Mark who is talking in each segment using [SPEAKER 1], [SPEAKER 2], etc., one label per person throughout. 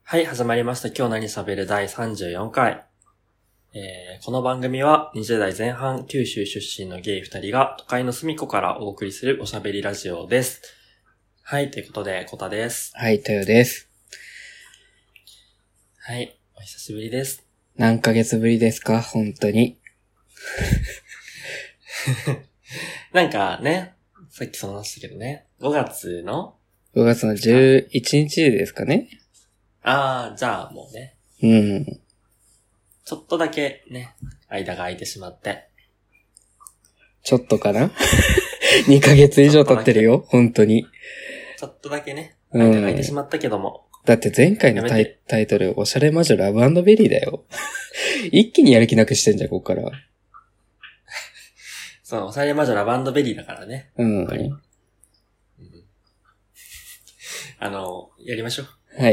[SPEAKER 1] はい、始まりました。今日何喋る第34回。この番組は20代前半九州出身のゲイ2人が都会の隅っこからお送りするおしゃべりラジオです。はい、ということで、コタです。
[SPEAKER 2] はい、トヨです。
[SPEAKER 1] はい、お久しぶりです。
[SPEAKER 2] 何ヶ月ぶりですか、本当に。
[SPEAKER 1] なんかね、さっきその話したけどね、5月の
[SPEAKER 2] 11日ですかね。
[SPEAKER 1] じゃあもうね。
[SPEAKER 2] うん。
[SPEAKER 1] ちょっとだけね、間が空いてしまって。
[SPEAKER 2] ちょっとかな2ヶ月以上経ってるよ、本当に。
[SPEAKER 1] ちょっとだけね、間が空いてしまったけども。
[SPEAKER 2] だって前回のタイトル、おしゃれ魔女ラブ&ベリーだよ。一気にやる気なくしてんじゃん、ここから。
[SPEAKER 1] そう、おしゃれ魔女ラブ&ベリーだからね。
[SPEAKER 2] うん。
[SPEAKER 1] やりましょう。
[SPEAKER 2] はい。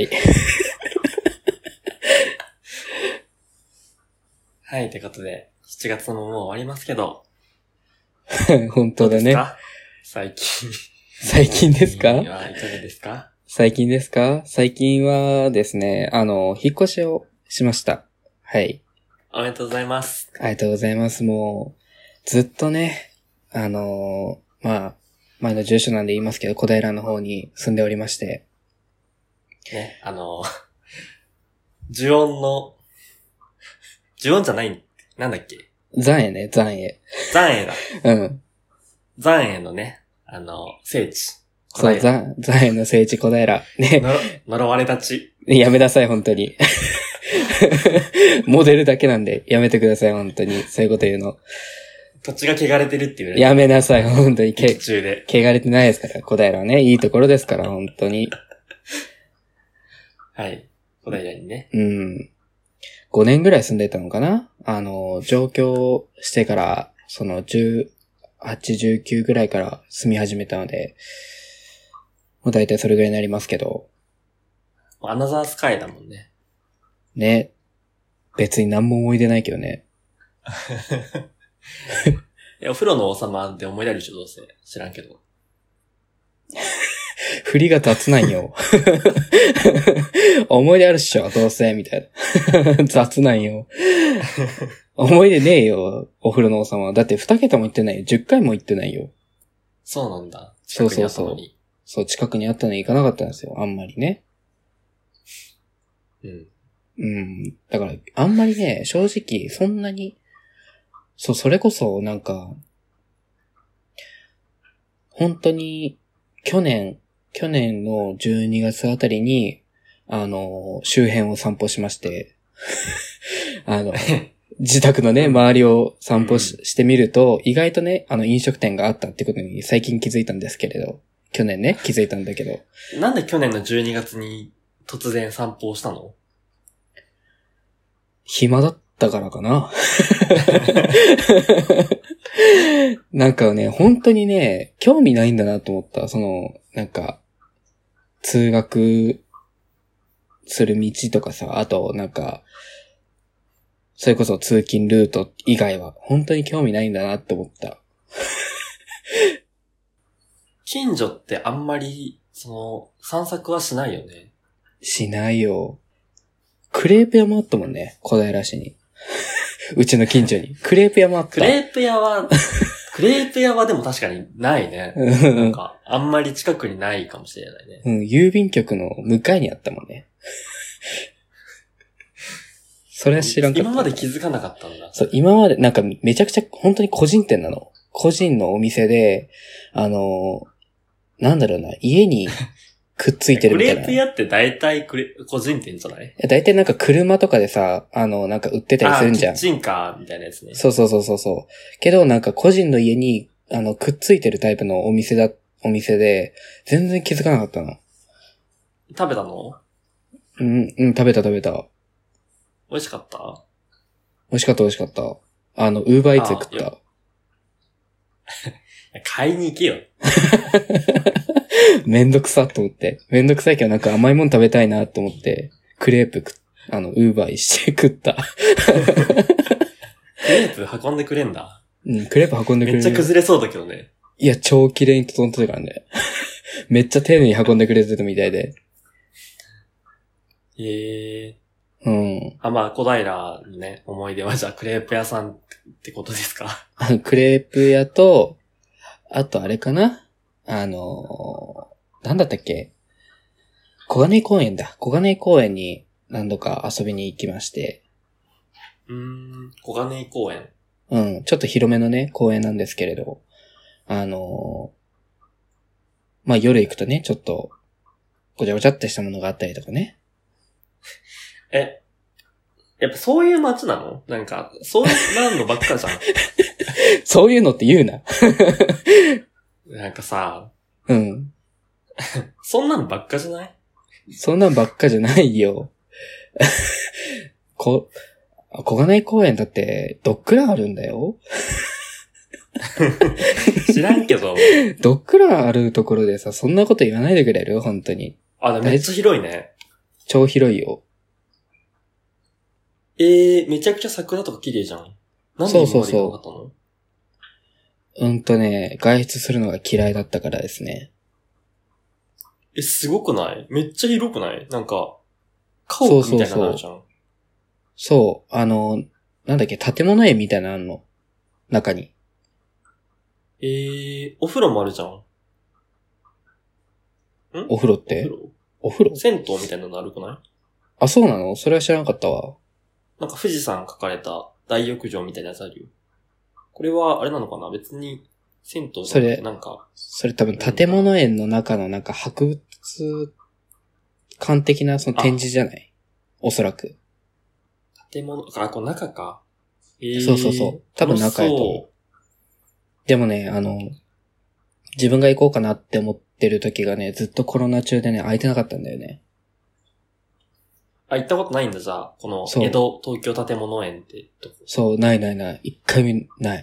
[SPEAKER 1] はい、ということで、7月ももう終わりますけど。
[SPEAKER 2] 本当だね。
[SPEAKER 1] 最近。
[SPEAKER 2] 最近ですか？
[SPEAKER 1] いかがですか？
[SPEAKER 2] 最近ですか？最近はですね、引っ越しをしました。はい。
[SPEAKER 1] おめでとうございます。
[SPEAKER 2] ありがとうございます。もう、ずっとね、前の住所なんで言いますけど、小平の方に住んでおりまして。
[SPEAKER 1] ね、呪音じゃない、なんだっけ？
[SPEAKER 2] 残影ね、残影。
[SPEAKER 1] 残影だ。
[SPEAKER 2] うん。
[SPEAKER 1] 残影のね、聖地。
[SPEAKER 2] そう、残影の聖地小平。ね。
[SPEAKER 1] 呪われたち。
[SPEAKER 2] やめなさい、本当に。モデルだけなんで、やめてください、本当に。そういうこと言うの。
[SPEAKER 1] 土地が汚れてるっていうね。
[SPEAKER 2] やめなさい、本当に。
[SPEAKER 1] 劇中で。
[SPEAKER 2] 汚れてないですから、小平はね。いいところですから、本当に。
[SPEAKER 1] はい。小平にね。
[SPEAKER 2] うん。5年ぐらい住んでたのかな？上京してから、18、19ぐらいから住み始めたので、もう大体それぐらいになりますけど。
[SPEAKER 1] アナザースカイだもんね。
[SPEAKER 2] ね。別に何も思い出ないけどね。
[SPEAKER 1] お風呂の王様って思い出あるでしょ、どうせ。知らんけど。
[SPEAKER 2] 振りが雑なんよ。思い出あるっしょ、どうせ、みたいな。雑なんよ。思い出ねえよ、お風呂の王様は。だって2桁も行ってないよ。10回も行ってないよ。
[SPEAKER 1] そうなんだ。
[SPEAKER 2] そうそうそう。そう、近くにあったのに行かなかったんですよ。あんまりね。
[SPEAKER 1] うん。
[SPEAKER 2] うん。だから、あんまりね、正直、そんなに、そう、それこそ、なんか、本当に、去年の12月あたりに、周辺を散歩しまして、自宅のね、周りを散歩してみると、意外とね、飲食店があったってことに最近気づいたんですけれど、去年ね、気づいたんだけど。
[SPEAKER 1] なんで去年の12月に突然散歩をしたの？
[SPEAKER 2] 暇だったからかな。なんかね、本当にね、興味ないんだなと思った。なんか、通学する道とかさ、あとなんか、それこそ通勤ルート以外は本当に興味ないんだなって思った。
[SPEAKER 1] 近所ってあんまり、散策はしないよね。
[SPEAKER 2] しないよ。クレープ屋もあったもんね、小平市に。うちの近所に。クレープ屋もあった。
[SPEAKER 1] クレープ屋はでも確かにないね。なんか、あんまり近くにないかもしれないね。
[SPEAKER 2] うん、郵便局の向かいにあったもんね。それは知らんかった。
[SPEAKER 1] 今まで気づかなかったんだ。
[SPEAKER 2] そう、今まで、なんかめちゃくちゃ本当に個人店なの。個人のお店で、なんだろうな、家にくっついてるみたいな。
[SPEAKER 1] クレープ屋って大体個人店じゃない？
[SPEAKER 2] 大体なんか車とかでさ、なんか売ってたりするんじゃん。
[SPEAKER 1] キッチンカーみたいなやつね。
[SPEAKER 2] そう。けどなんか個人の家に、くっついてるタイプのお店で、全然気づかなかったの。
[SPEAKER 1] 食べたの？
[SPEAKER 2] うん、食べた。
[SPEAKER 1] 美味しかった？
[SPEAKER 2] 美味しかった。ウーバーイーツ食った。
[SPEAKER 1] 買いに行けよ。
[SPEAKER 2] めんどくさと思って。めんどくさいけどなんか甘いもん食べたいなと思って、クレープウーバーして食った。ク
[SPEAKER 1] レープ運んでくれんだ。
[SPEAKER 2] うん、クレープ運んでくれる。
[SPEAKER 1] めっちゃ崩れそうだけどね。
[SPEAKER 2] いや、超綺麗に整ってたからね。めっちゃ丁寧に運んでくれてたみたいで。
[SPEAKER 1] へえ。
[SPEAKER 2] うん。
[SPEAKER 1] あ、まあ、小平のね、思い出はじゃあクレープ屋さんってことですか？
[SPEAKER 2] クレープ屋と、あとあれかななんだったっけ小金井公園だ。小金井公園に何度か遊びに行きまして。
[SPEAKER 1] 小金井公園。
[SPEAKER 2] うん。ちょっと広めのね、公園なんですけれど。まあ、夜行くとね、ちょっと、ごちゃごちゃってしたものがあったりとかね。
[SPEAKER 1] やっぱそういう街なの？なんか、そういうのばっかじゃん。
[SPEAKER 2] そういうのって言うな。
[SPEAKER 1] なんかさ、
[SPEAKER 2] うん。
[SPEAKER 1] そんなのばっかじゃない？
[SPEAKER 2] そんなんばっかじゃないよ。小金井公園だって、ドッグランあるんだよ。
[SPEAKER 1] 知らんけど。
[SPEAKER 2] ドッグランあるところでさ、そんなこと言わないでくれる？本当に。
[SPEAKER 1] あ、めっちゃ広いね。
[SPEAKER 2] 超広いよ。
[SPEAKER 1] めちゃくちゃ桜とか綺麗じゃん。なんで今まで行かなかったの？
[SPEAKER 2] 外出するのが嫌いだったからですね。
[SPEAKER 1] すごくない？めっちゃ広くない？なんか、家屋みたいなのあるじゃん。
[SPEAKER 2] そう。なんだっけ、建物園みたいなのあんの。中に。
[SPEAKER 1] お風呂もあるじゃん。
[SPEAKER 2] お風呂ってお風呂
[SPEAKER 1] 銭湯みたいなのあるくない？
[SPEAKER 2] あ、そうなの？それは知らなかったわ。
[SPEAKER 1] なんか富士山描かれた大浴場みたいなやつあるよ。これはあれなのかな？別に銭湯じゃなくてなんか。
[SPEAKER 2] それ多分建物園の中のなんか博物館的なその展示じゃない？おそらく。
[SPEAKER 1] 建物、この中か。
[SPEAKER 2] そうそうそう。多分中やと思う。でもね、自分が行こうかなって思ってる時がね、ずっとコロナ中でね、空いてなかったんだよね。
[SPEAKER 1] あ、行ったことないんだ、じゃあ。この、東京建物園ってとこ。
[SPEAKER 2] そう、ない。一回目、ない。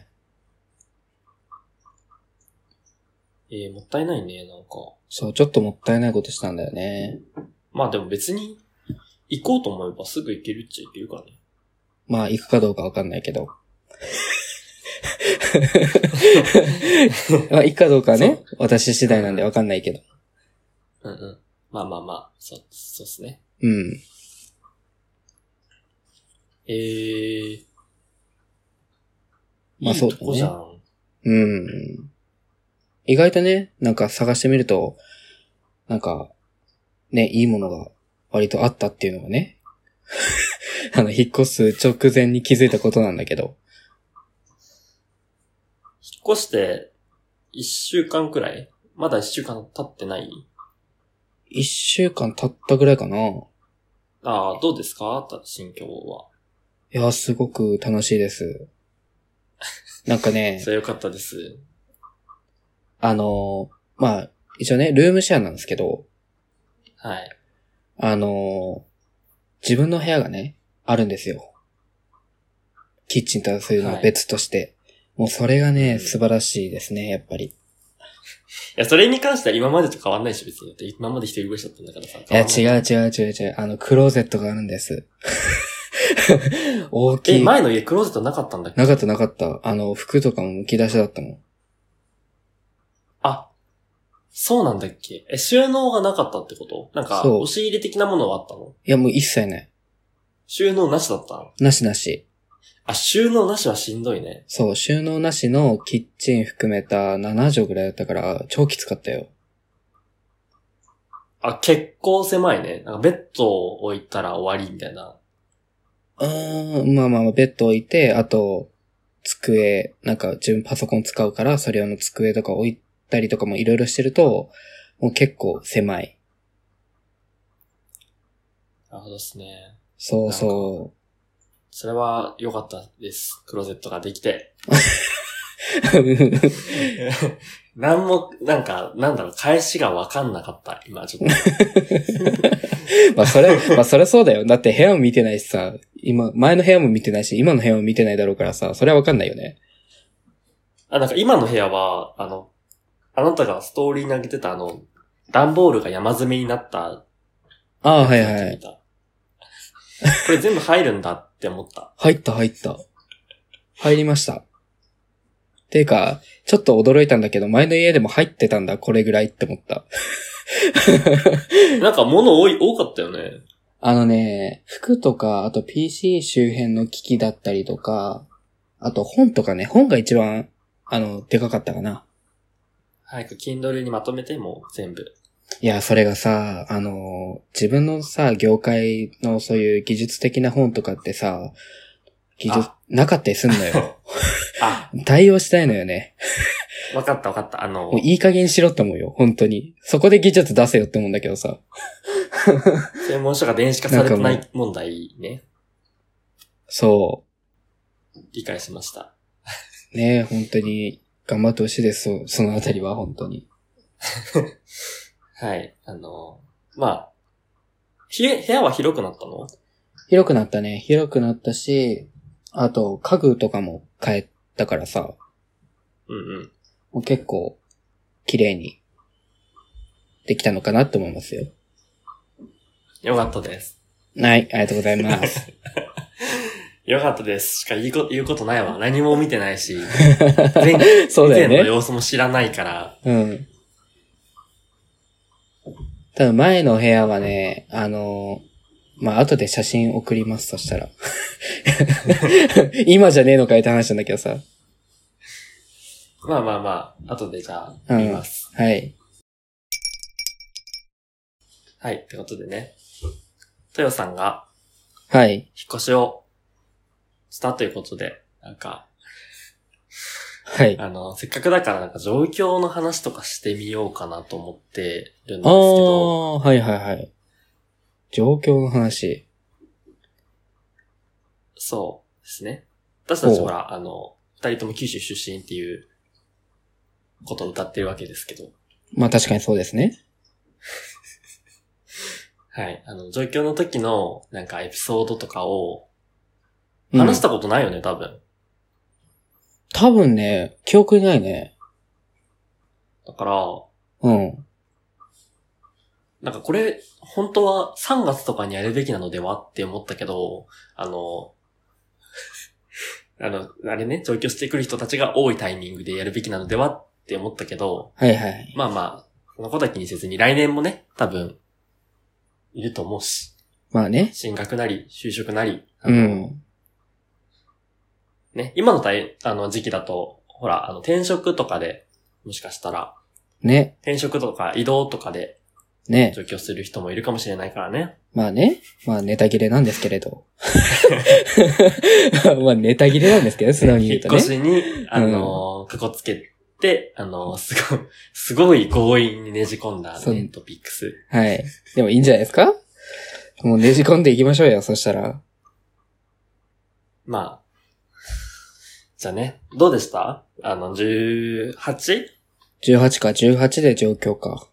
[SPEAKER 1] もったいないね、なんか。
[SPEAKER 2] そう、ちょっともったいないことしたんだよね。
[SPEAKER 1] まあでも別に、行こうと思えばすぐ行けるっちゃ行けるからね。
[SPEAKER 2] まあ、行くかどうかわかんないけど。まあ、行くかどうかはね、私次第なんでわかんないけど。
[SPEAKER 1] まあ、そうっすね。
[SPEAKER 2] うん。まあそうだね。いいとこじゃん。うん。意外とね、なんか探してみると、なんか、ね、いいものが割とあったっていうのがね。引っ越す直前に気づいたことなんだけど。
[SPEAKER 1] 引っ越して、1週間くらい？まだ1週間経ってない？
[SPEAKER 2] 1週間経ったぐらいかな。
[SPEAKER 1] ああ、どうですか？心境は。
[SPEAKER 2] いや、すごく楽しいです。なんかね。
[SPEAKER 1] それよかったです。
[SPEAKER 2] まあ、一応ね、ルームシェアなんですけど。
[SPEAKER 1] はい。
[SPEAKER 2] 自分の部屋がね、あるんですよ。キッチンとそういうのは別として。はい、もうそれがね、素晴らしいですね、やっぱり。い
[SPEAKER 1] や、それに関しては今までと変わんないし、別に。今まで一人暮らしだったんだからさ。
[SPEAKER 2] いや、違う。クローゼットがあるんです。大きい。
[SPEAKER 1] 前の家クローゼットなかったんだっけ？
[SPEAKER 2] なかった。服とかも剥き出しだったもん。
[SPEAKER 1] あ、そうなんだっけ？収納がなかったってこと？なんか、押し入れ的なものはあったの？
[SPEAKER 2] いや、もう一切ない。
[SPEAKER 1] 収納なしだったの？
[SPEAKER 2] なし。
[SPEAKER 1] あ、収納なしはしんどいね。
[SPEAKER 2] そう、収納なしのキッチン含めた7畳ぐらいだったから、超きつかったよ。
[SPEAKER 1] あ、結構狭いね。なんかベッドを置いたら終わりみたいな。
[SPEAKER 2] まあ、ベッド置いて、あと、机、なんか自分パソコン使うから、それ用の机とか置いたりとかもいろいろしてると、もう結構狭い。
[SPEAKER 1] なるほどですね。
[SPEAKER 2] そう。
[SPEAKER 1] それは良かったです。クローゼットができて。なんも、なんか、返しがわかんなかった、今ちょっと。
[SPEAKER 2] まあそれそうだよ。だって部屋も見てないしさ、前の部屋も見てないし、今の部屋も見てないだろうからさ、それはわかんないよね。
[SPEAKER 1] なんか今の部屋は、あなたがストーリーに上げてた段ボールが山積みになった。
[SPEAKER 2] ああ、はい。
[SPEAKER 1] これ全部入るんだって思った。
[SPEAKER 2] 入った。入りました。ていうか、ちょっと驚いたんだけど、前の家でも入ってたんだ、これぐらいって思った。
[SPEAKER 1] なんか物多かったよね。
[SPEAKER 2] 服とか、あと PC 周辺の機器だったりとか、あと本とかね、本が一番、でかかったかな。
[SPEAKER 1] 早く Kindle にまとめてもう全部。
[SPEAKER 2] いや、それがさ、自分のさ、業界のそういう技術的な本とかってさ、なかったりすんのよ。対応したいのよね。
[SPEAKER 1] わかった。
[SPEAKER 2] もういい加減にしろって思うよ、本当に。そこで技術出せよって思うんだけどさ。
[SPEAKER 1] 専門書が電子化されてない問題ね。
[SPEAKER 2] そう。
[SPEAKER 1] 理解しました。
[SPEAKER 2] ねえ、本当に頑張ってほしいです、そのあたりは本当に。
[SPEAKER 1] はい。まあ、部屋は広くなったの？
[SPEAKER 2] 広くなったね。広くなったし、あと家具とかも変えたからさ。もう結構綺麗にできたのかなって思いますよ。
[SPEAKER 1] よかったです。
[SPEAKER 2] はい、ありがとうございます。
[SPEAKER 1] よかったです。しか言うことないわ。何も見てないし。
[SPEAKER 2] そうだよね。
[SPEAKER 1] 以前の様子も知らないから。
[SPEAKER 2] うん。ただ前の部屋はね、後で写真送ります、そしたら。今じゃねえのかいって話なんだけどさ。
[SPEAKER 1] まあ、後でじゃあ、見ます。
[SPEAKER 2] はい。
[SPEAKER 1] はい、ってことでね。トヨさんが、
[SPEAKER 2] はい。
[SPEAKER 1] 引っ越しをしたということで、なんか、
[SPEAKER 2] はい。
[SPEAKER 1] せっかくだからなんか状況の話とかしてみようかなと思ってるんですけど。
[SPEAKER 2] はいはいはい。状況の話。
[SPEAKER 1] そうですね。私たちほら、二人とも九州出身っていうことを歌ってるわけですけど。
[SPEAKER 2] まあ確かにそうですね。
[SPEAKER 1] はい。状況の時のなんかエピソードとかを話したことないよね、多分。
[SPEAKER 2] 多分ね、記憶にないね。
[SPEAKER 1] だから、なんかこれ、本当は3月とかにやるべきなのではって思ったけど、あれね、上京してくる人たちが多いタイミングでやるべきなのではって思ったけど、
[SPEAKER 2] はいはい。
[SPEAKER 1] まあ、そのことは気にせずに来年もね、多分、いると思うし。
[SPEAKER 2] まあね。
[SPEAKER 1] 進学なり、就職なり。ね、今の時期だと、ほら、転職とかで、もしかしたら、
[SPEAKER 2] ね。
[SPEAKER 1] 転職とか移動とかで、
[SPEAKER 2] ね。
[SPEAKER 1] 上京する人もいるかもしれないからね。
[SPEAKER 2] まあね。まあネタ切れなんですけれど。まあネタ切れなんですけど、素直に言うとね。
[SPEAKER 1] 引っ越しに、かこつけて、すごい強引にねじ込んだね、トピックス。
[SPEAKER 2] はい。でもいいんじゃないですか？もうねじ込んでいきましょうよ、そしたら。
[SPEAKER 1] まあ。じゃあね、どうでした？18？
[SPEAKER 2] 18か、18で上京か。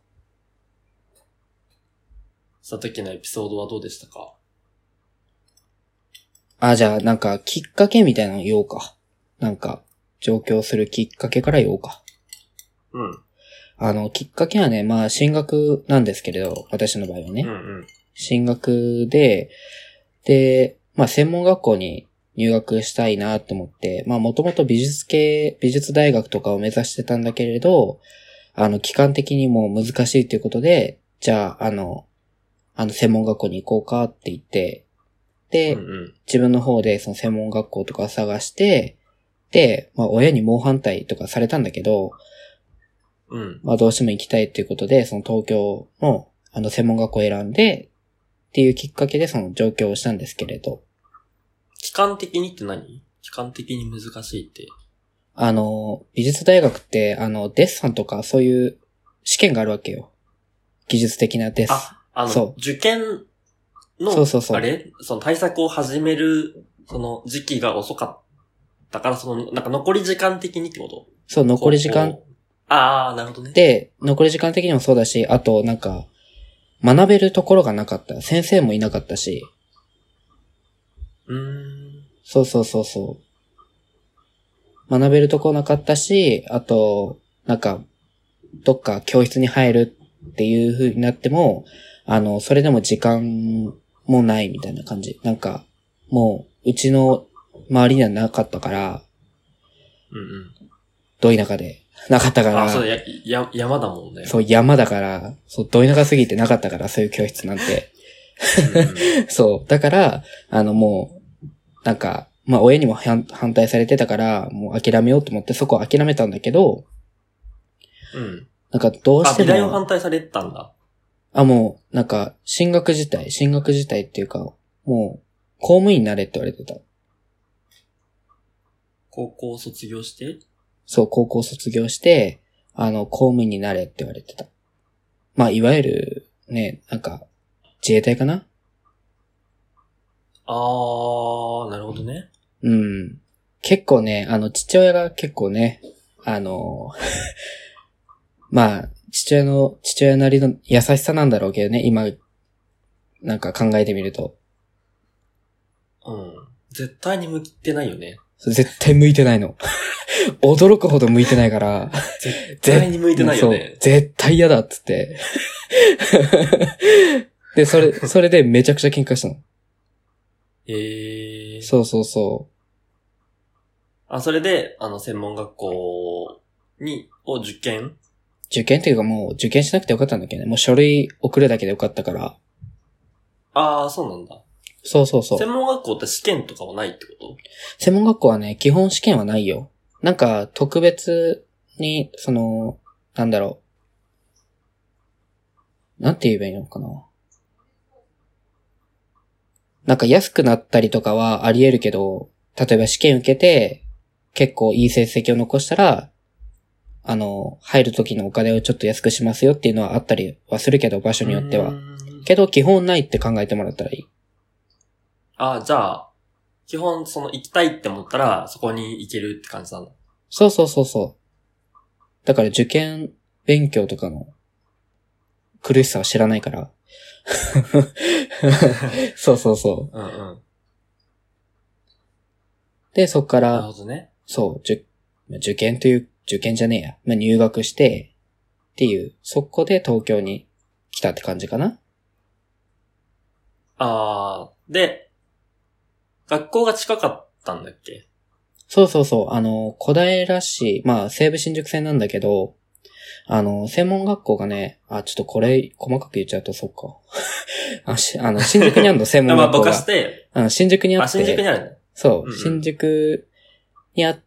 [SPEAKER 1] した時のエピソードはどうでしたか？
[SPEAKER 2] じゃあ、なんか、きっかけみたいなの言おうか。なんか、上京するきっかけから言おうか。きっかけはね、まあ、進学なんですけれど、私の場合はね。進学で、まあ、専門学校に入学したいなと思って、まあ、もともと美術大学とかを目指してたんだけれど、期間的にも難しいということで、じゃあ、専門学校に行こうかって言って、で、自分の方でその専門学校とかを探して、で、まあ親に猛反対とかされたんだけど、まあどうしても行きたいっていうことで、その東京の専門学校を選んで、っていうきっかけでその上京をしたんですけれど。
[SPEAKER 1] 期間的にって何？期間的に難しいって。
[SPEAKER 2] 美術大学って、デッサンとかそういう試験があるわけよ。技術的なデッサン。
[SPEAKER 1] 受験の、あれ？その対策を始める、その時期が遅かったから、なんか残り時間的にってこと？
[SPEAKER 2] そう、残り時間。
[SPEAKER 1] なるほどね。で、
[SPEAKER 2] 残り時間的にもそうだし、あと、なんか、学べるところがなかった。先生もいなかったし。そう。学べるところなかったし、あと、なんか、どっか教室に入るっていう風になっても、それでも時間もないみたいな感じ。なんか、もう、うちの周りにはなかったから、ど田舎で、なかったから。
[SPEAKER 1] そう、山だもんね。
[SPEAKER 2] そう、山だから、そう、ど田舎すぎてなかったから、そういう教室なんて。 そう。だから、もう、なんか、まあ親にも反対されてたから、もう諦めようと思ってそこを諦めたんだけど、
[SPEAKER 1] うん。
[SPEAKER 2] なんかどうしても。
[SPEAKER 1] 美大を反対されてたんだ。
[SPEAKER 2] もう、なんか、進学自体っていうか、もう、公務員になれって言われてた。
[SPEAKER 1] 高校卒業して？
[SPEAKER 2] そう、高校卒業して、公務員になれって言われてた。まあ、いわゆる、ね、なんか、自衛隊かな？
[SPEAKER 1] なるほどね。
[SPEAKER 2] うん。結構ね、父親が結構ね、まあ、父親なりの優しさなんだろうけどね、今、なんか考えてみると。
[SPEAKER 1] うん。絶対に向いてないよね。
[SPEAKER 2] 絶対向いてないの。驚くほど向いてないから。
[SPEAKER 1] 絶対に向いてないよね。
[SPEAKER 2] そう。絶対嫌だっつって。で、それでめちゃくちゃ喧嘩したの。そうそうそう。
[SPEAKER 1] それで、専門学校を受験
[SPEAKER 2] っていうかもう受験しなくてよかったんだけどね。もう書類送るだけでよかったから。
[SPEAKER 1] そうなんだ。
[SPEAKER 2] そうそうそう。
[SPEAKER 1] 専門学校って試験とかはないってこと？
[SPEAKER 2] 専門学校はね、基本試験はないよ。なんか、特別に、なんだろう。なんて言えばいいのかな。なんか安くなったりとかはあり得るけど、例えば試験受けて、結構いい成績を残したら、入る時のお金をちょっと安くしますよっていうのはあったりはするけど、場所によっては。けど、基本ないって考えてもらったらいい。
[SPEAKER 1] じゃあ、基本行きたいって思ったら、そこに行けるって感じなんだ。
[SPEAKER 2] そうそうそうそう。だから受験勉強とかの苦しさは知らないから。そうそうそう。
[SPEAKER 1] うんうん。
[SPEAKER 2] で、そっから、
[SPEAKER 1] なるほどね。
[SPEAKER 2] そう、受験じゃねえや。まあ、入学して、っていう、そこで東京に来たって感じかな。
[SPEAKER 1] で、学校が近かったんだっけ？
[SPEAKER 2] そうそうそう。小平市、まあ、西武新宿線なんだけど、専門学校がね、ちょっとこれ、細かく言っちゃうと、そっか。新宿にあるの、専門学校が。
[SPEAKER 1] ぼかして、
[SPEAKER 2] 新宿にあって。
[SPEAKER 1] 新宿にあるね。
[SPEAKER 2] そう、新宿にあって、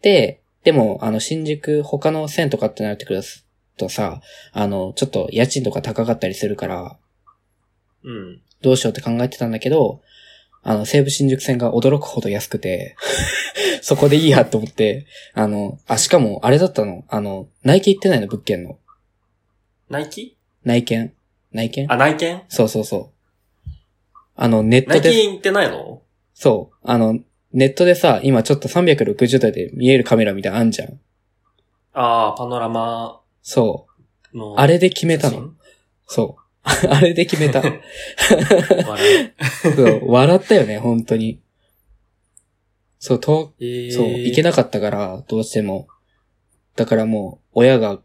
[SPEAKER 2] でも、新宿、他の線とかってなってくるとさ、ちょっと家賃とか高かったりするから、
[SPEAKER 1] うん。
[SPEAKER 2] どうしようって考えてたんだけど、西武新宿線が驚くほど安くて、そこでいいやと思って、しかも、あれだったの、内見行ってないの、物件の。内見
[SPEAKER 1] 内見
[SPEAKER 2] そうそうそう。ネットで。
[SPEAKER 1] 内見行ってないの？
[SPEAKER 2] そう。ネットでさ、今ちょっと360度で見えるカメラみたいなのあんじゃん。
[SPEAKER 1] パノラマ。
[SPEAKER 2] そう。あれで決めたの。そう。あれで決めた。そう、笑ったよね、本当に。そう、そう、行けなかったから、どうしても。だからもう、親が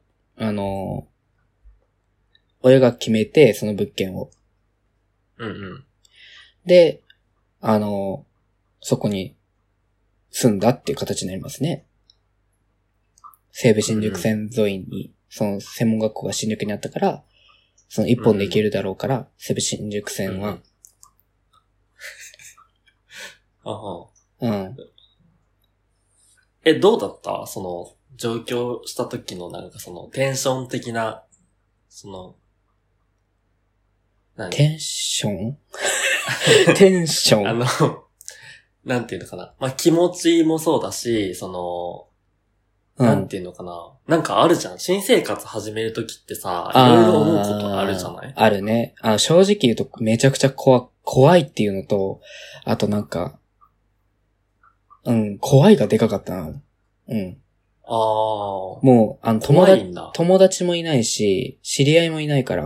[SPEAKER 2] 決めて、その物件を。
[SPEAKER 1] うんうん。
[SPEAKER 2] で、そこに住んだっていう形になりますね。西武新宿線沿いに、その専門学校が新宿にあったから、その一本で行けるだろうから、西武新宿線は。うん。
[SPEAKER 1] どうだった？上京した時のテンション的な、
[SPEAKER 2] テンションテンション
[SPEAKER 1] なんていうのかな。まあ、気持ちもそうだし、なんていうのかな。なんかあるじゃん。新生活始めるときってさ、いろいろ思うことあるじゃない？
[SPEAKER 2] あるね。正直言うとめちゃくちゃ怖いっていうのと、あとなんか、怖いがでかかったな。うん。もう、友達もいないし、知り合いもいないから。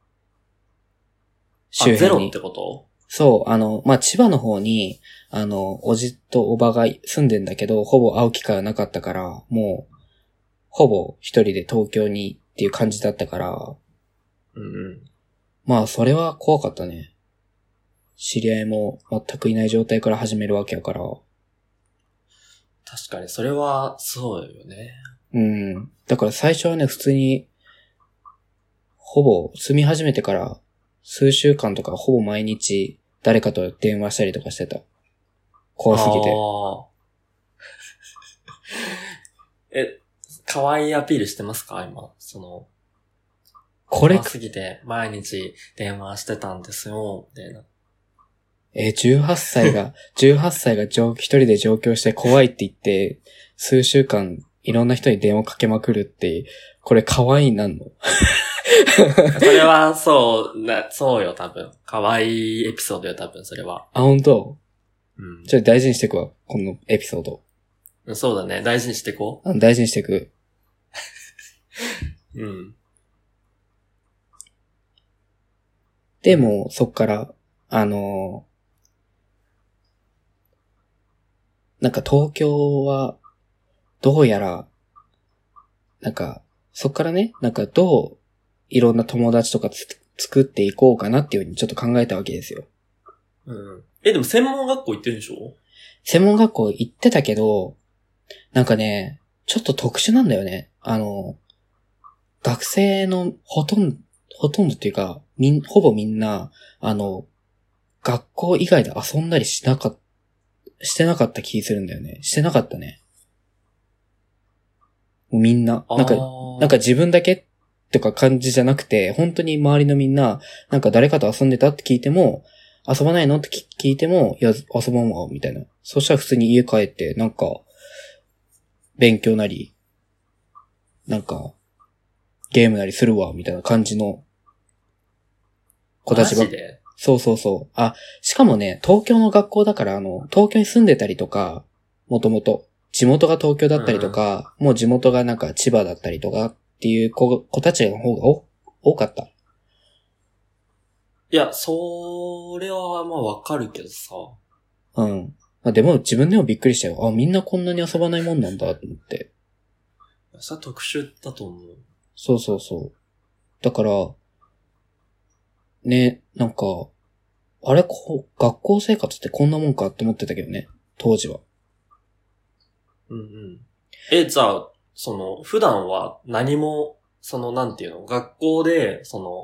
[SPEAKER 1] ゼロってこと？
[SPEAKER 2] そう、まあ、千葉の方に、おじとおばが住んでんだけど、ほぼ会う機会はなかったから、もう、ほぼ一人で東京にっていう感じだったから、
[SPEAKER 1] うんうん。
[SPEAKER 2] まあ、それは怖かったね。知り合いも全くいない状態から始めるわけやから。
[SPEAKER 1] 確かに、それは、そうよね。
[SPEAKER 2] うん。だから最初はね、普通に、ほぼ住み始めてから、 数週間とかほぼ毎日誰かと電話したりとかしてた。怖すぎて。
[SPEAKER 1] 可愛いアピールしてますか今。
[SPEAKER 2] これ
[SPEAKER 1] 怖すぎて毎日電話してたんですよ、みたいな。
[SPEAKER 2] 18歳が一人で上京して怖いって言って、数週間いろんな人に電話かけまくるって、これ可愛いなんの
[SPEAKER 1] それはそうよ、多分。可愛いエピソードよ、多分、それは。
[SPEAKER 2] あ、本当？
[SPEAKER 1] うん。
[SPEAKER 2] ちょっと大事にしていくわ、このエピソード。
[SPEAKER 1] そうだね、大事にしていこ
[SPEAKER 2] 大事にしていく。
[SPEAKER 1] う。うん。
[SPEAKER 2] でも、そっから、なんか東京は、どうやら、なんか、そっからね、なんかどう、いろんな友達とか作っていこうかなっていうふうにちょっと考えたわけですよ。
[SPEAKER 1] うん。でも専門学校行ってるんでしょ？
[SPEAKER 2] 専門学校行ってたけど、なんかね、ちょっと特殊なんだよね。学生のほとんどっていうか、ほぼみんな、学校以外で遊んだりしてなかった気するんだよね。してなかったね。もうみんな。なんか自分だけとか感じじゃなくて、本当に周りのみんな、なんか誰かと遊んでたって聞いても、遊ばないのって聞いても、いや、遊ばんわ、みたいな。そしたら普通に家帰って、なんか、勉強なり、なんか、ゲームなりするわ、みたいな感じの子たちば。
[SPEAKER 1] マジで？
[SPEAKER 2] そうそうそう。あ、しかもね、東京の学校だから、東京に住んでたりとか、もともと、地元が東京だったりとか、もう地元がなんか千葉だったりとかっていう子たちの方が多かった。
[SPEAKER 1] いや、それはまあわかるけどさ。
[SPEAKER 2] うん。まあ、でも自分でもびっくりしたよ。あ、みんなこんなに遊ばないもんなんだと思って。
[SPEAKER 1] それは特殊だと思う。
[SPEAKER 2] そうそうそう。だから、ね、なんか、あれ学校生活ってこんなもんかって思ってたけどね、当時は。
[SPEAKER 1] うんうん。じゃあ、普段は何も、なんていうの、学校で、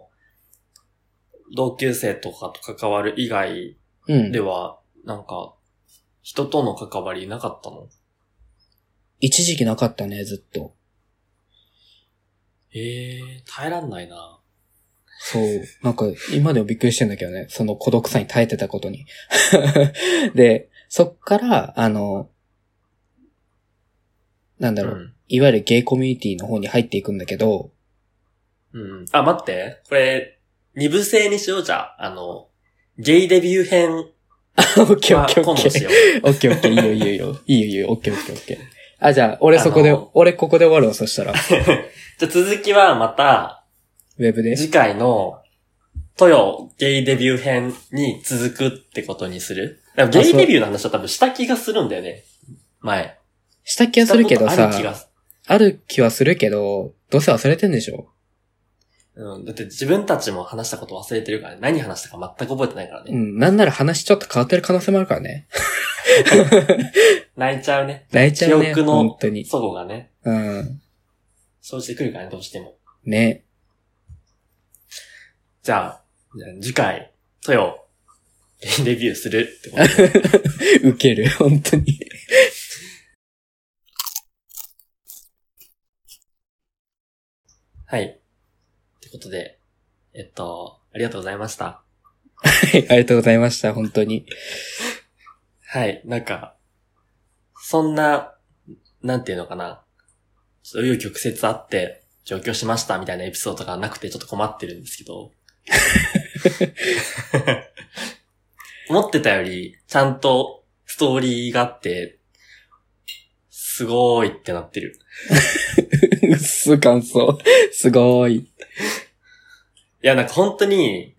[SPEAKER 1] 同級生とかと関わる以外では、なんか、人との関わりなかったの？
[SPEAKER 2] 一時期なかったね、ずっと。
[SPEAKER 1] 耐えらんないな。
[SPEAKER 2] そう。なんか、今でもびっくりしてんだけどね。その孤独さに耐えてたことに。で、そっから、なんだろう、いわゆるゲイコミュニティの方に入っていくんだけど。
[SPEAKER 1] うん。あ、待って。これ、二部制にしようじゃ。ゲイデビュー編。
[SPEAKER 2] オッケーオッケーオッケー。
[SPEAKER 1] 今度しよ
[SPEAKER 2] う。オッケーオッケー。いいよいいよいいよ。いいよオッケーオッケーオッケー。あ、じゃあ、俺ここで終わるわ、そしたら。
[SPEAKER 1] じゃあ続きはまた、
[SPEAKER 2] ウェブで
[SPEAKER 1] 次回の、豊ゲイデビュー編に続くってことにする？ゲイデビューの話は多分した気がするんだよね。前。
[SPEAKER 2] した気がするけどさ、ある気はするけど、どうせ忘れてんでしょ？
[SPEAKER 1] うん。だって自分たちも話したこと忘れてるからね。何話したか全く覚えてないからね。
[SPEAKER 2] うん。なんなら話ちょっと変わってる可能性もあるからね。
[SPEAKER 1] 泣いちゃうね。
[SPEAKER 2] 泣いちゃうね。
[SPEAKER 1] 記憶の
[SPEAKER 2] 本当に。
[SPEAKER 1] 祖母がね。
[SPEAKER 2] うん。
[SPEAKER 1] 生じてくるからね、どうしても。
[SPEAKER 2] ね。
[SPEAKER 1] じゃあ次回、豊ゲイデビューするってことで。
[SPEAKER 2] ウケる、本当に。
[SPEAKER 1] はい。ってことで、ありがとうございました。
[SPEAKER 2] はい、ありがとうございました、本当に。
[SPEAKER 1] はい、なんか、そんな、なんていうのかな。そういう曲折あって、上京しましたみたいなエピソードがなくてちょっと困ってるんですけど。思ってたより、ちゃんとストーリーがあって、すごーいってなってる。
[SPEAKER 2] 感想。すごーい。
[SPEAKER 1] いや、なんか本当に、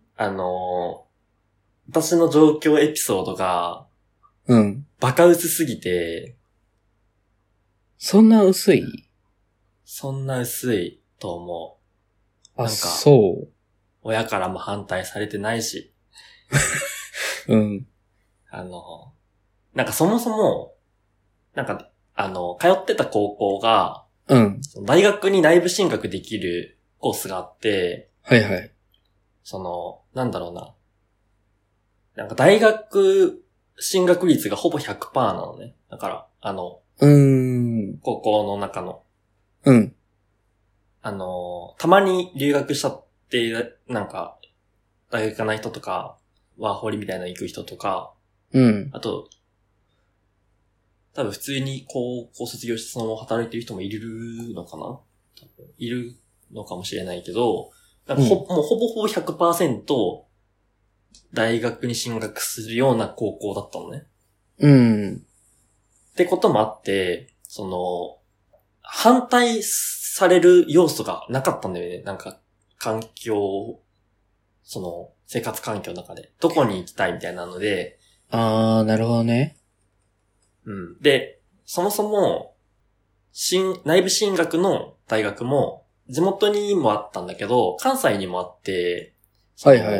[SPEAKER 1] 私の状況エピソードが、
[SPEAKER 2] うん。
[SPEAKER 1] バカ薄すぎて、
[SPEAKER 2] そんな薄い？
[SPEAKER 1] そんな薄いと思う。
[SPEAKER 2] あ、そう。
[SPEAKER 1] 親からも反対されてないし。
[SPEAKER 2] うん。
[SPEAKER 1] なんかそもそも、なんか、通ってた高校が、
[SPEAKER 2] うん。
[SPEAKER 1] 大学に内部進学できるコースがあって、
[SPEAKER 2] はいはい。
[SPEAKER 1] なんだろうな。なんか大学進学率がほぼ 100% なのね。だから、高校の中の。
[SPEAKER 2] うん。
[SPEAKER 1] たまに留学したって、なんか、大学行かない人とか、ワーホリみたいなの行く人とか、
[SPEAKER 2] うん。
[SPEAKER 1] あと、多分普通に高校卒業してそのまま働いてる人もいるのかな？多分いるのかもしれないけど、なんかもうほぼほぼ 100% 大学に進学するような高校だったのね。
[SPEAKER 2] うん。
[SPEAKER 1] ってこともあって、反対される要素がなかったんだよね。なんか、生活環境の中で。どこに行きたいみたいなので。
[SPEAKER 2] なるほどね。
[SPEAKER 1] うん。で、そもそも、内部進学の大学も、地元にもあったんだけど、関西にもあって、
[SPEAKER 2] はいはい。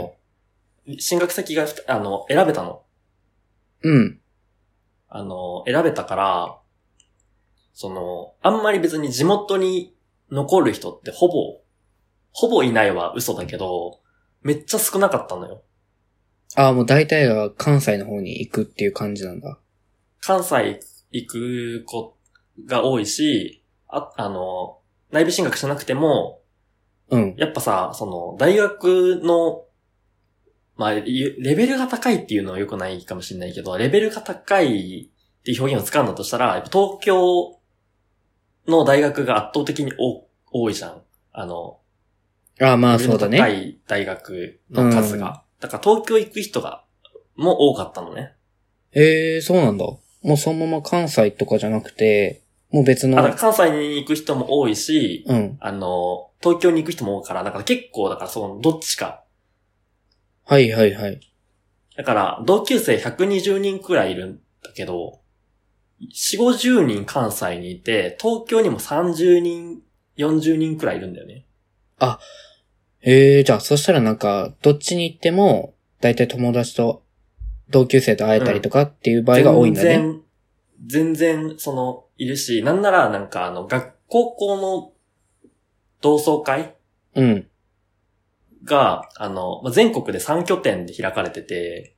[SPEAKER 1] 進学先が、選べたの。
[SPEAKER 2] うん。
[SPEAKER 1] 選べたから、あんまり別に地元に残る人ってほぼいないは嘘だけど、めっちゃ少なかったのよ。
[SPEAKER 2] もう大体が関西の方に行くっていう感じなんだ。
[SPEAKER 1] 関西行く子が多いし、内部進学しなくても、
[SPEAKER 2] うん。
[SPEAKER 1] やっぱさ、大学の、まあ、レベルが高いっていうのは良くないかもしれないけど、レベルが高いっていう表現を使うんだとしたら、やっぱ東京の大学が圧倒的に多いじゃん。
[SPEAKER 2] まあそうだね。
[SPEAKER 1] 高い大学の数が。だから東京行く人も多かったのね。
[SPEAKER 2] そうなんだ。もうそのまま関西とかじゃなくて、もう別の。
[SPEAKER 1] だから関西に行く人も多いし、
[SPEAKER 2] うん。
[SPEAKER 1] 東京に行く人も多いから、だから結構、だからどっちか。
[SPEAKER 2] はいはいはい。
[SPEAKER 1] だから、同級生120人くらいいるんだけど、4、50人関西にいて、東京にも30人、40人くらいいるんだよね。
[SPEAKER 2] じゃあ、そしたらなんか、どっちに行っても、だいたい友達と、同級生と会えたりとかっていう場合が多いんだね。
[SPEAKER 1] 全然、いるし、なんなら、なんか高校の同窓会
[SPEAKER 2] うん。
[SPEAKER 1] が、全国で3拠点で開かれてて、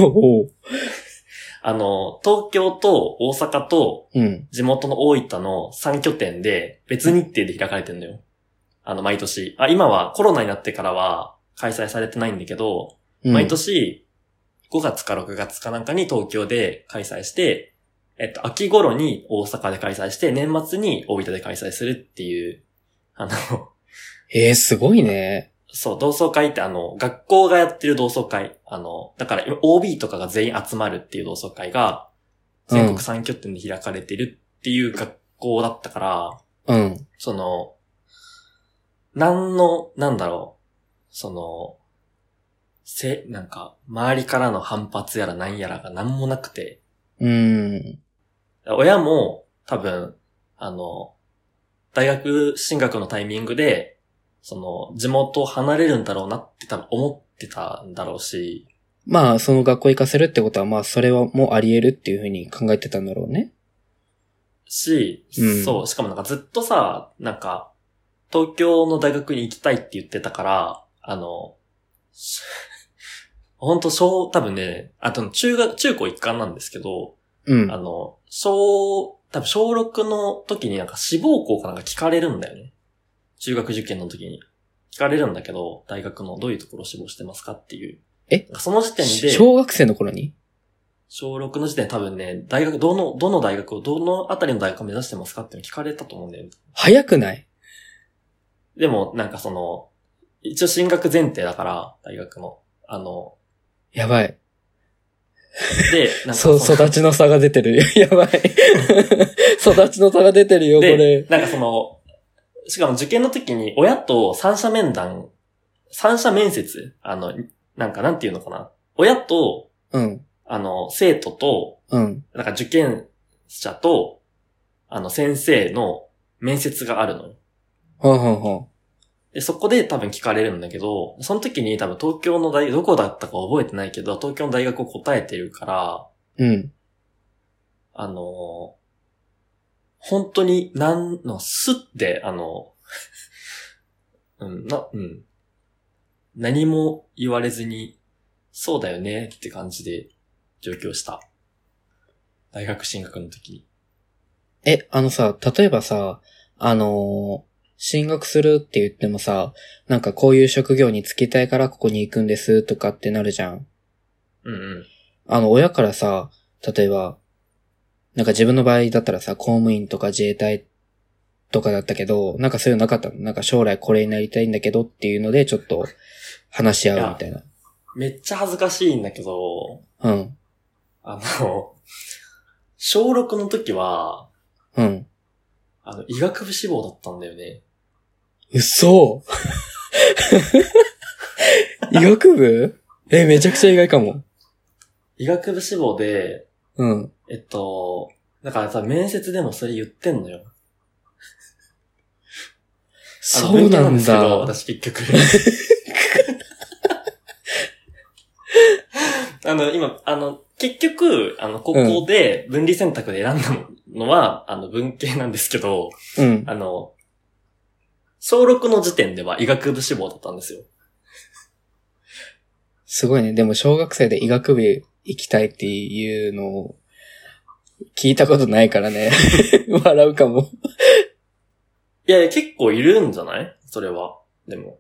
[SPEAKER 1] 東京と大阪と、地元の大分の3拠点で、別日程で開かれてるのよ。毎年。今はコロナになってからは開催されてないんだけど、毎年5月か6月かなんかに東京で開催して、秋頃に大阪で開催して、年末に大分で開催するっていう、
[SPEAKER 2] すごいね。
[SPEAKER 1] そう、同窓会って学校がやってる同窓会。だから OB とかが全員集まるっていう同窓会が、全国3拠点で開かれてるっていう学校だったから、
[SPEAKER 2] うん。
[SPEAKER 1] なんだろう、なんか、周りからの反発やら何やらが何もなくて、親も多分、大学進学のタイミングで、地元を離れるんだろうなって多分思ってたんだろうし。
[SPEAKER 2] まあ、その学校行かせるってことは、まあ、それはもうあり得るっていうふうに考えてたんだろうね。
[SPEAKER 1] そう、しかもなんかずっとさ、なんか、東京の大学に行きたいって言ってたから、ほんと多分ね、中高一貫なんですけど、多分小6の時になんか志望校かなんか聞かれるんだよね。中学受験の時に。聞かれるんだけど、大学のどういうところを志望してますかっていう。その時点で。
[SPEAKER 2] 小学生の頃に？
[SPEAKER 1] 小6の時点で多分ね、大学、どの大学を、どのあたりの大学を目指してますかって聞かれたと思うんだよね。
[SPEAKER 2] 早くない？
[SPEAKER 1] でも、なんか一応進学前提だから、大学の。
[SPEAKER 2] やばい。
[SPEAKER 1] で、なんか
[SPEAKER 2] 育ちの差が出てる。やばい。育ちの差が出てるよ、これ。
[SPEAKER 1] なんかしかも受験の時に親と三者面接なんかなんていうのかな。親と、生徒と、なんか受験者と、先生の面接があるのよ。で、そこで多分聞かれるんだけど、その時に多分東京のどこだったか覚えてないけど、東京の大学を答えてるから、本当にスッて、 何も言われずに、そうだよねって感じで上京した。大学進学の時に。
[SPEAKER 2] 例えばさ、進学するって言ってもさ、なんかこういう職業に就きたいからここに行くんですとかってなるじゃん。
[SPEAKER 1] うんうん。
[SPEAKER 2] 親からさ、例えば、なんか自分の場合だったらさ、公務員とか自衛隊とかだったけど、なんかそういうのなかったの？なんか将来これになりたいんだけどっていうのでちょっと話し合うみたいな。
[SPEAKER 1] めっちゃ恥ずかしいんだけど、
[SPEAKER 2] うん。
[SPEAKER 1] 小6の時は、
[SPEAKER 2] うん。
[SPEAKER 1] 医学部志望だったんだよね。
[SPEAKER 2] 嘘医学部？めちゃくちゃ意外かも。
[SPEAKER 1] 医学部志望で、
[SPEAKER 2] うん。
[SPEAKER 1] だからさ、面接でもそれ言ってんのよ。
[SPEAKER 2] そうなん
[SPEAKER 1] ですけど、
[SPEAKER 2] だ。
[SPEAKER 1] 私結局。今、結局、高校で分離選択で選んだのは、文系なんですけど、
[SPEAKER 2] うん。
[SPEAKER 1] 小6の時点では医学部志望だったんですよ。
[SPEAKER 2] すごいね。でも小学生で医学部行きたいっていうのを聞いたことないからね。笑うかも。
[SPEAKER 1] いや、結構いるんじゃない？それは。でも。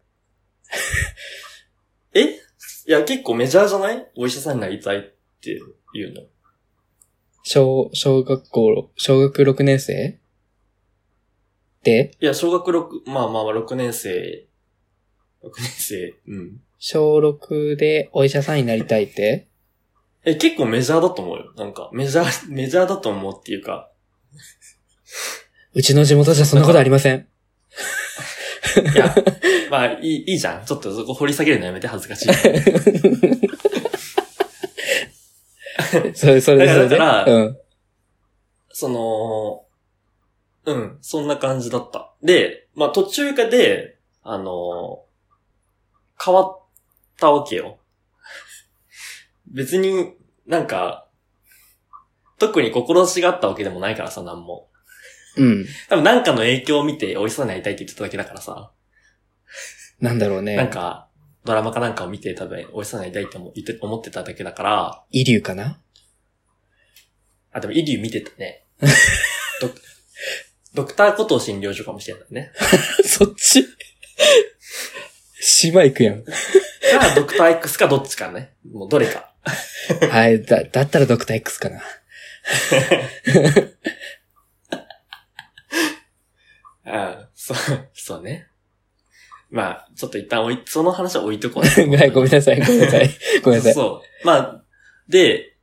[SPEAKER 1] いや、結構メジャーじゃない？お医者さんになりたいっていうの。
[SPEAKER 2] 小学6年生で？
[SPEAKER 1] いや、小学6、まあ6年生、うん。
[SPEAKER 2] 小6でお医者さんになりたいって？
[SPEAKER 1] 結構メジャーだと思うよ。なんか、メジャーだと思うっていうか。
[SPEAKER 2] うちの地元じゃそんなことありません。
[SPEAKER 1] いや、まあ、いいじゃん。ちょっとそこ掘り下げるのやめて、恥ずかしい。
[SPEAKER 2] それ
[SPEAKER 1] だから、
[SPEAKER 2] うん。
[SPEAKER 1] そんな感じだった。で、まあ途中で、変わったわけよ。別になんか、特に志があったわけでもないからさ、なんも。
[SPEAKER 2] うん。
[SPEAKER 1] 多分なんかの影響を見てお医者さんになりたいって言ってただけだからさ。
[SPEAKER 2] なんだろうね。
[SPEAKER 1] なんか、ドラマかなんかを見て多分お医者さんになりたいって思ってただけだから。
[SPEAKER 2] イリュウかな？
[SPEAKER 1] でもイリュウ見てたね。ドクターコトー診療所かもしれないね。
[SPEAKER 2] そっち島行くやん。
[SPEAKER 1] ドクター X かどっちかね。もうどれか。
[SPEAKER 2] はい、だったらドクター X かな。
[SPEAKER 1] そうね。まあ、ちょっと一旦その話は置いとこう。
[SPEAKER 2] はい、ごめんなさい。
[SPEAKER 1] そう。まあ、で、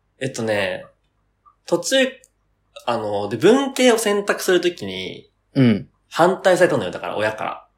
[SPEAKER 1] 途中、で、文系を選択するときに、
[SPEAKER 2] うん。
[SPEAKER 1] 反対されたのよ、だから親から。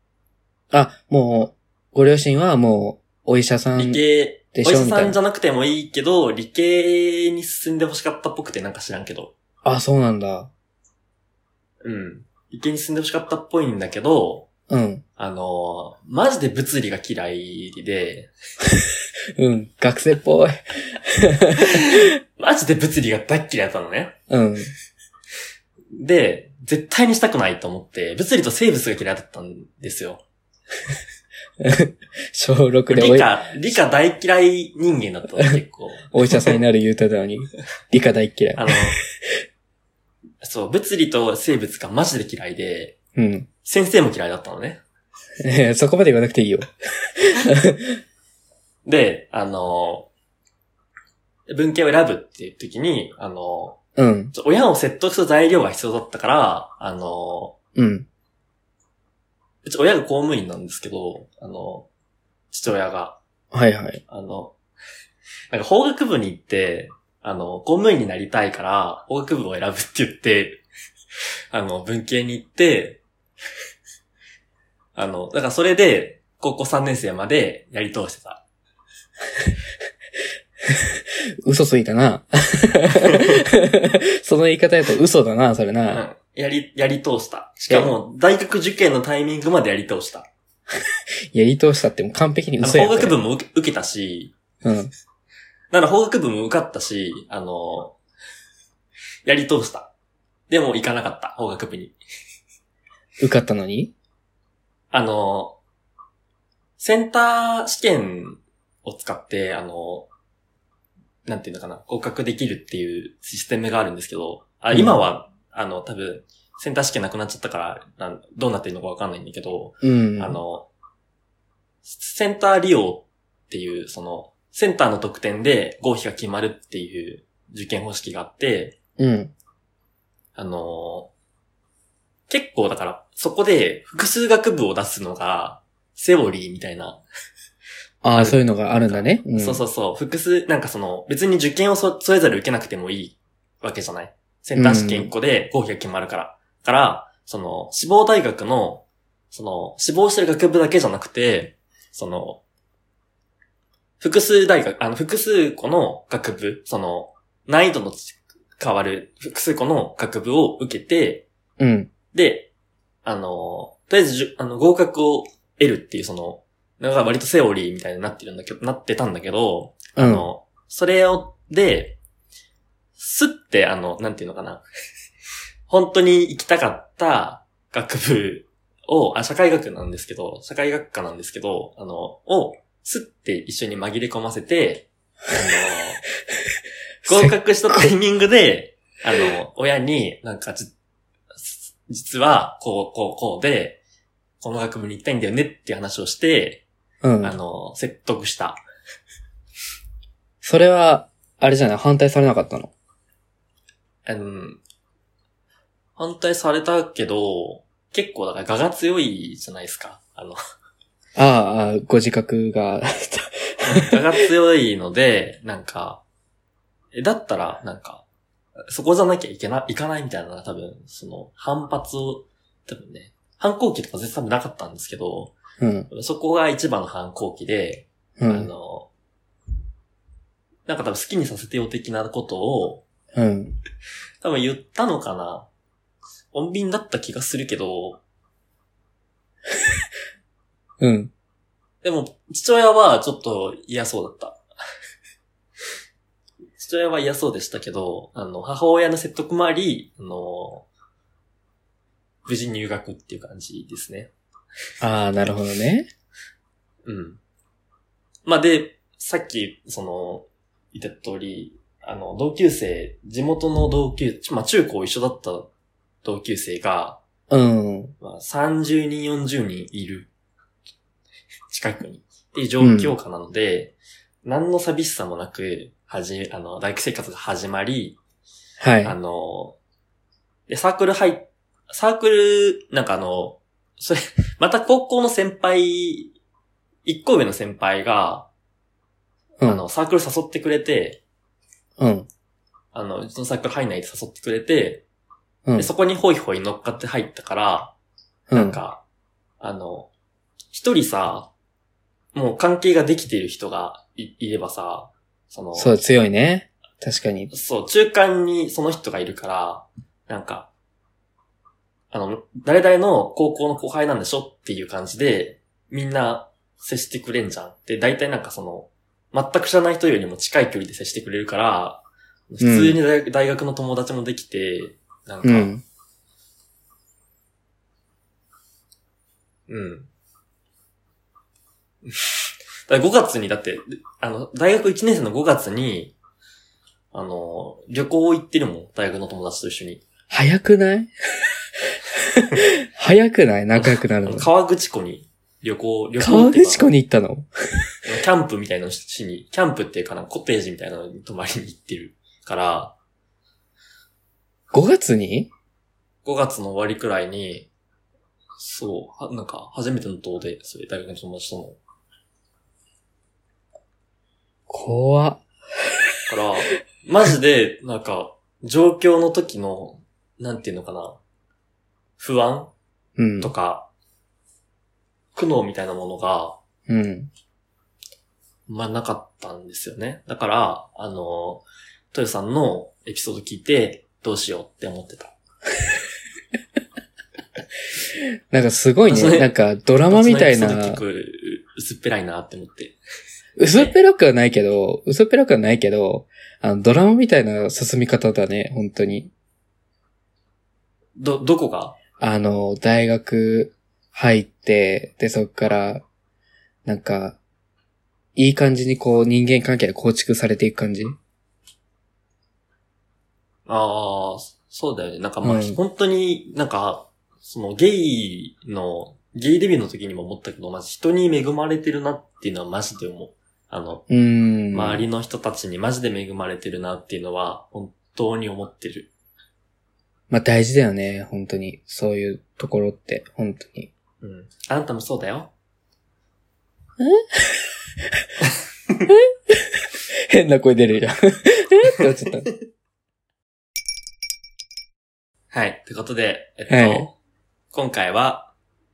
[SPEAKER 2] もう、ご両親はもう、お医者さん
[SPEAKER 1] 理系、
[SPEAKER 2] でしょみたいな。
[SPEAKER 1] お医者さんじゃなくてもいいけど、理系に進んで欲しかったっぽくてなんか知らんけど。
[SPEAKER 2] そうなんだ。
[SPEAKER 1] うん。理系に進んで欲しかったっぽいんだけど、
[SPEAKER 2] うん。
[SPEAKER 1] マジで物理が嫌いで。
[SPEAKER 2] うん、学生っぽい。
[SPEAKER 1] マジで物理が大っ嫌いだったのね。
[SPEAKER 2] うん。
[SPEAKER 1] で、絶対にしたくないと思って、物理と生物が嫌いだったんですよ。
[SPEAKER 2] 小6で
[SPEAKER 1] 理科大嫌い人間だったの、結構。
[SPEAKER 2] お医者さんになる言うたのに、理科大嫌い。
[SPEAKER 1] そう、物理と生物がマジで嫌いで、
[SPEAKER 2] うん。
[SPEAKER 1] 先生も嫌いだったのね。
[SPEAKER 2] そこまで言わなくていいよ。
[SPEAKER 1] で、文系を選ぶっていう時に、
[SPEAKER 2] うん。
[SPEAKER 1] 親を説得する材料が必要だったから、
[SPEAKER 2] うん。
[SPEAKER 1] うち親が公務員なんですけど、父親が。
[SPEAKER 2] はいはい。
[SPEAKER 1] なんか法学部に行って、公務員になりたいから、法学部を選ぶって言って、文系に行って、だからそれで、高校3年生までやり通してた。
[SPEAKER 2] 嘘ついたな。その言い方やと嘘だな、それな。
[SPEAKER 1] うん。やり通した。しかも、大学受験のタイミングまでやり通した。
[SPEAKER 2] やり通したってもう完璧に嘘や
[SPEAKER 1] 法学部も受けたし、
[SPEAKER 2] うん。
[SPEAKER 1] なら法学部も受かったし、やり通した。でも行かなかった、法学部に。
[SPEAKER 2] 受かったのに？
[SPEAKER 1] センター試験を使って、なんていうのかな、合格できるっていうシステムがあるんですけど、今は、多分、センター試験なくなっちゃったから、どうなってるのかわかんないんだけど、センター利用っていう、センターの得点で合否が決まるっていう受験方式があって、結構だから、そこで複数学部を出すのが、セオリーみたいな。
[SPEAKER 2] そういうのがあるんだね。
[SPEAKER 1] そうそうそう。複数、別に受験をそれぞれ受けなくてもいいわけじゃない。センター試験1個で合否が決まるから。から、志望大学の、志望してる学部だけじゃなくて、複数大学、複数個の学部、難易度の変わる複数個の学部を受けて、で、とりあえず、合格を得るっていうのが割とセオリーみたいになってたんだけど、それで、すって、なんていうのかな。本当に行きたかった学部を、社会学科なんですけど、を、すって一緒に紛れ込ませて、合格したタイミングで、親に実は、こうで、この学部に行きたいんだよねっていう話をして、説得した。
[SPEAKER 2] それは、あれじゃない、反対されなかったの？
[SPEAKER 1] 反対されたけど、結構だから我が強いじゃないですか。
[SPEAKER 2] ご自覚が。
[SPEAKER 1] 我が強いので、だったら、そこじゃなきゃいかないみたいなのが多分、反発を、多分ね、反抗期とか絶対なかったんですけど、そこが一番の反抗期で、多分好きにさせてよ的なことを、多分言ったのかな。穏便だった気がするけど、でも、父親はちょっと嫌そうだった。父親は嫌そうでしたけど、母親の説得もあり、無事入学っていう感じですね。
[SPEAKER 2] なるほどね。
[SPEAKER 1] で、さっき、言った通り、同級生、地元の中高一緒だった同級生が、30人、40人いる。近くに。っていう状況下なので、何の寂しさもなく、大学生活が始まり、で、サークル、それ、また高校の先輩、一個上の先輩が、サークル誘ってくれて、うちのサークル入んないで誘ってくれて、でそこにホイホイ乗っかって入ったから、一人さ、もう関係ができている人がいればさ、
[SPEAKER 2] そう、強いね。確かに。
[SPEAKER 1] そう、中間にその人がいるから、誰々の高校の後輩なんでしょっていう感じで、みんな接してくれんじゃん。で、大体全く知らない人よりも近い距離で接してくれるから、普通に大学の友達もできて、だ5月に、だって、大学1年生の5月に、旅行行ってるもん、大学の友達と一緒に。
[SPEAKER 2] 早くない早くない仲良くなるの。
[SPEAKER 1] 河口湖に旅行
[SPEAKER 2] 河口湖に行ったの？
[SPEAKER 1] キャンプみたいなのしに、キャンプっていうかコテージみたいなのに泊まりに行ってるから、
[SPEAKER 2] 5月に
[SPEAKER 1] ?5 月の終わりくらいに、そう、初めての遠出、それ大学の友達との。
[SPEAKER 2] 怖っ。
[SPEAKER 1] だから、マジで、状況の時の、なんていうのかな、不安とか、苦悩みたいなものが、なかったんですよね。だから、トヨさんのエピソード聞いて、どうしようって思ってた。
[SPEAKER 2] すごいね。ドラマみたいな。
[SPEAKER 1] 結構薄っぺらいなって思って。
[SPEAKER 2] 薄っぺらくはないけど、ドラマみたいな進み方だね、本当に。
[SPEAKER 1] どこが？
[SPEAKER 2] 大学入って、で、そっから、 なんか、いい感じにこう人間関係が構築されていく感じ。
[SPEAKER 1] ああ、そうだよね。なんかまあ、
[SPEAKER 2] うん
[SPEAKER 1] 本当になんか、そのゲイデビューの時にも思ったけど、マジ人に恵まれてるなっていうのはマジで思う。周りの人たちにマジで恵まれてるなっていうのは本当に思ってる。
[SPEAKER 2] まあ大事だよね、本当に。そういうところって、本当に。
[SPEAKER 1] うん。あなたもそうだよ。
[SPEAKER 2] 変な声出るじゃん。ってなっちゃった。
[SPEAKER 1] はい。ってことで、
[SPEAKER 2] はい、
[SPEAKER 1] 今回は、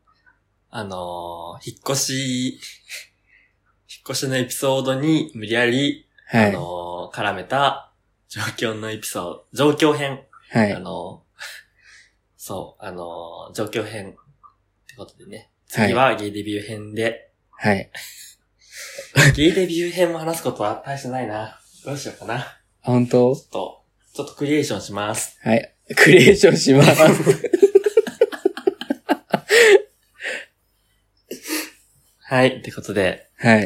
[SPEAKER 1] 引っ越しのエピソードに無理やり、
[SPEAKER 2] はい、
[SPEAKER 1] 絡めた状況編。
[SPEAKER 2] はい。
[SPEAKER 1] 状況編ってことでね。次はゲイデビュー編で。
[SPEAKER 2] はい。
[SPEAKER 1] ゲイデビュー編も話すことは大してないな。どうしようかな。
[SPEAKER 2] 本当？
[SPEAKER 1] ちょっとクリエーションします。
[SPEAKER 2] はい。クリエーションします。
[SPEAKER 1] はい。ってことで。
[SPEAKER 2] はい。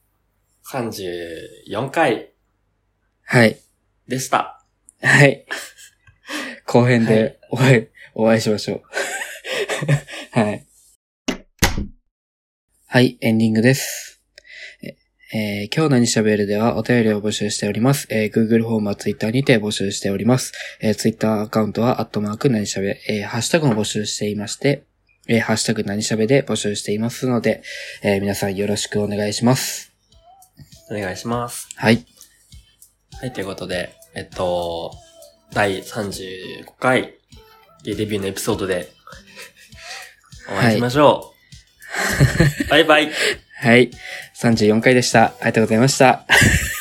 [SPEAKER 1] 34回。
[SPEAKER 2] はい。
[SPEAKER 1] でした。
[SPEAKER 2] はい。後編でお会いしましょう。はい。はい、エンディングです。今日何喋るではお便りを募集しております。Google フォームは Twitter にて募集しております。Twitter アカウントは@何喋、ハッシュタグも募集していまして、ハッシュタグ何喋で募集していますので、皆さんよろしくお願いします。
[SPEAKER 1] お願いします。
[SPEAKER 2] はい。
[SPEAKER 1] はい、ということで、第35回ゲイデビューのエピソードでお会いしましょう。バイバイ。
[SPEAKER 2] はい。34回でした。ありがとうございました。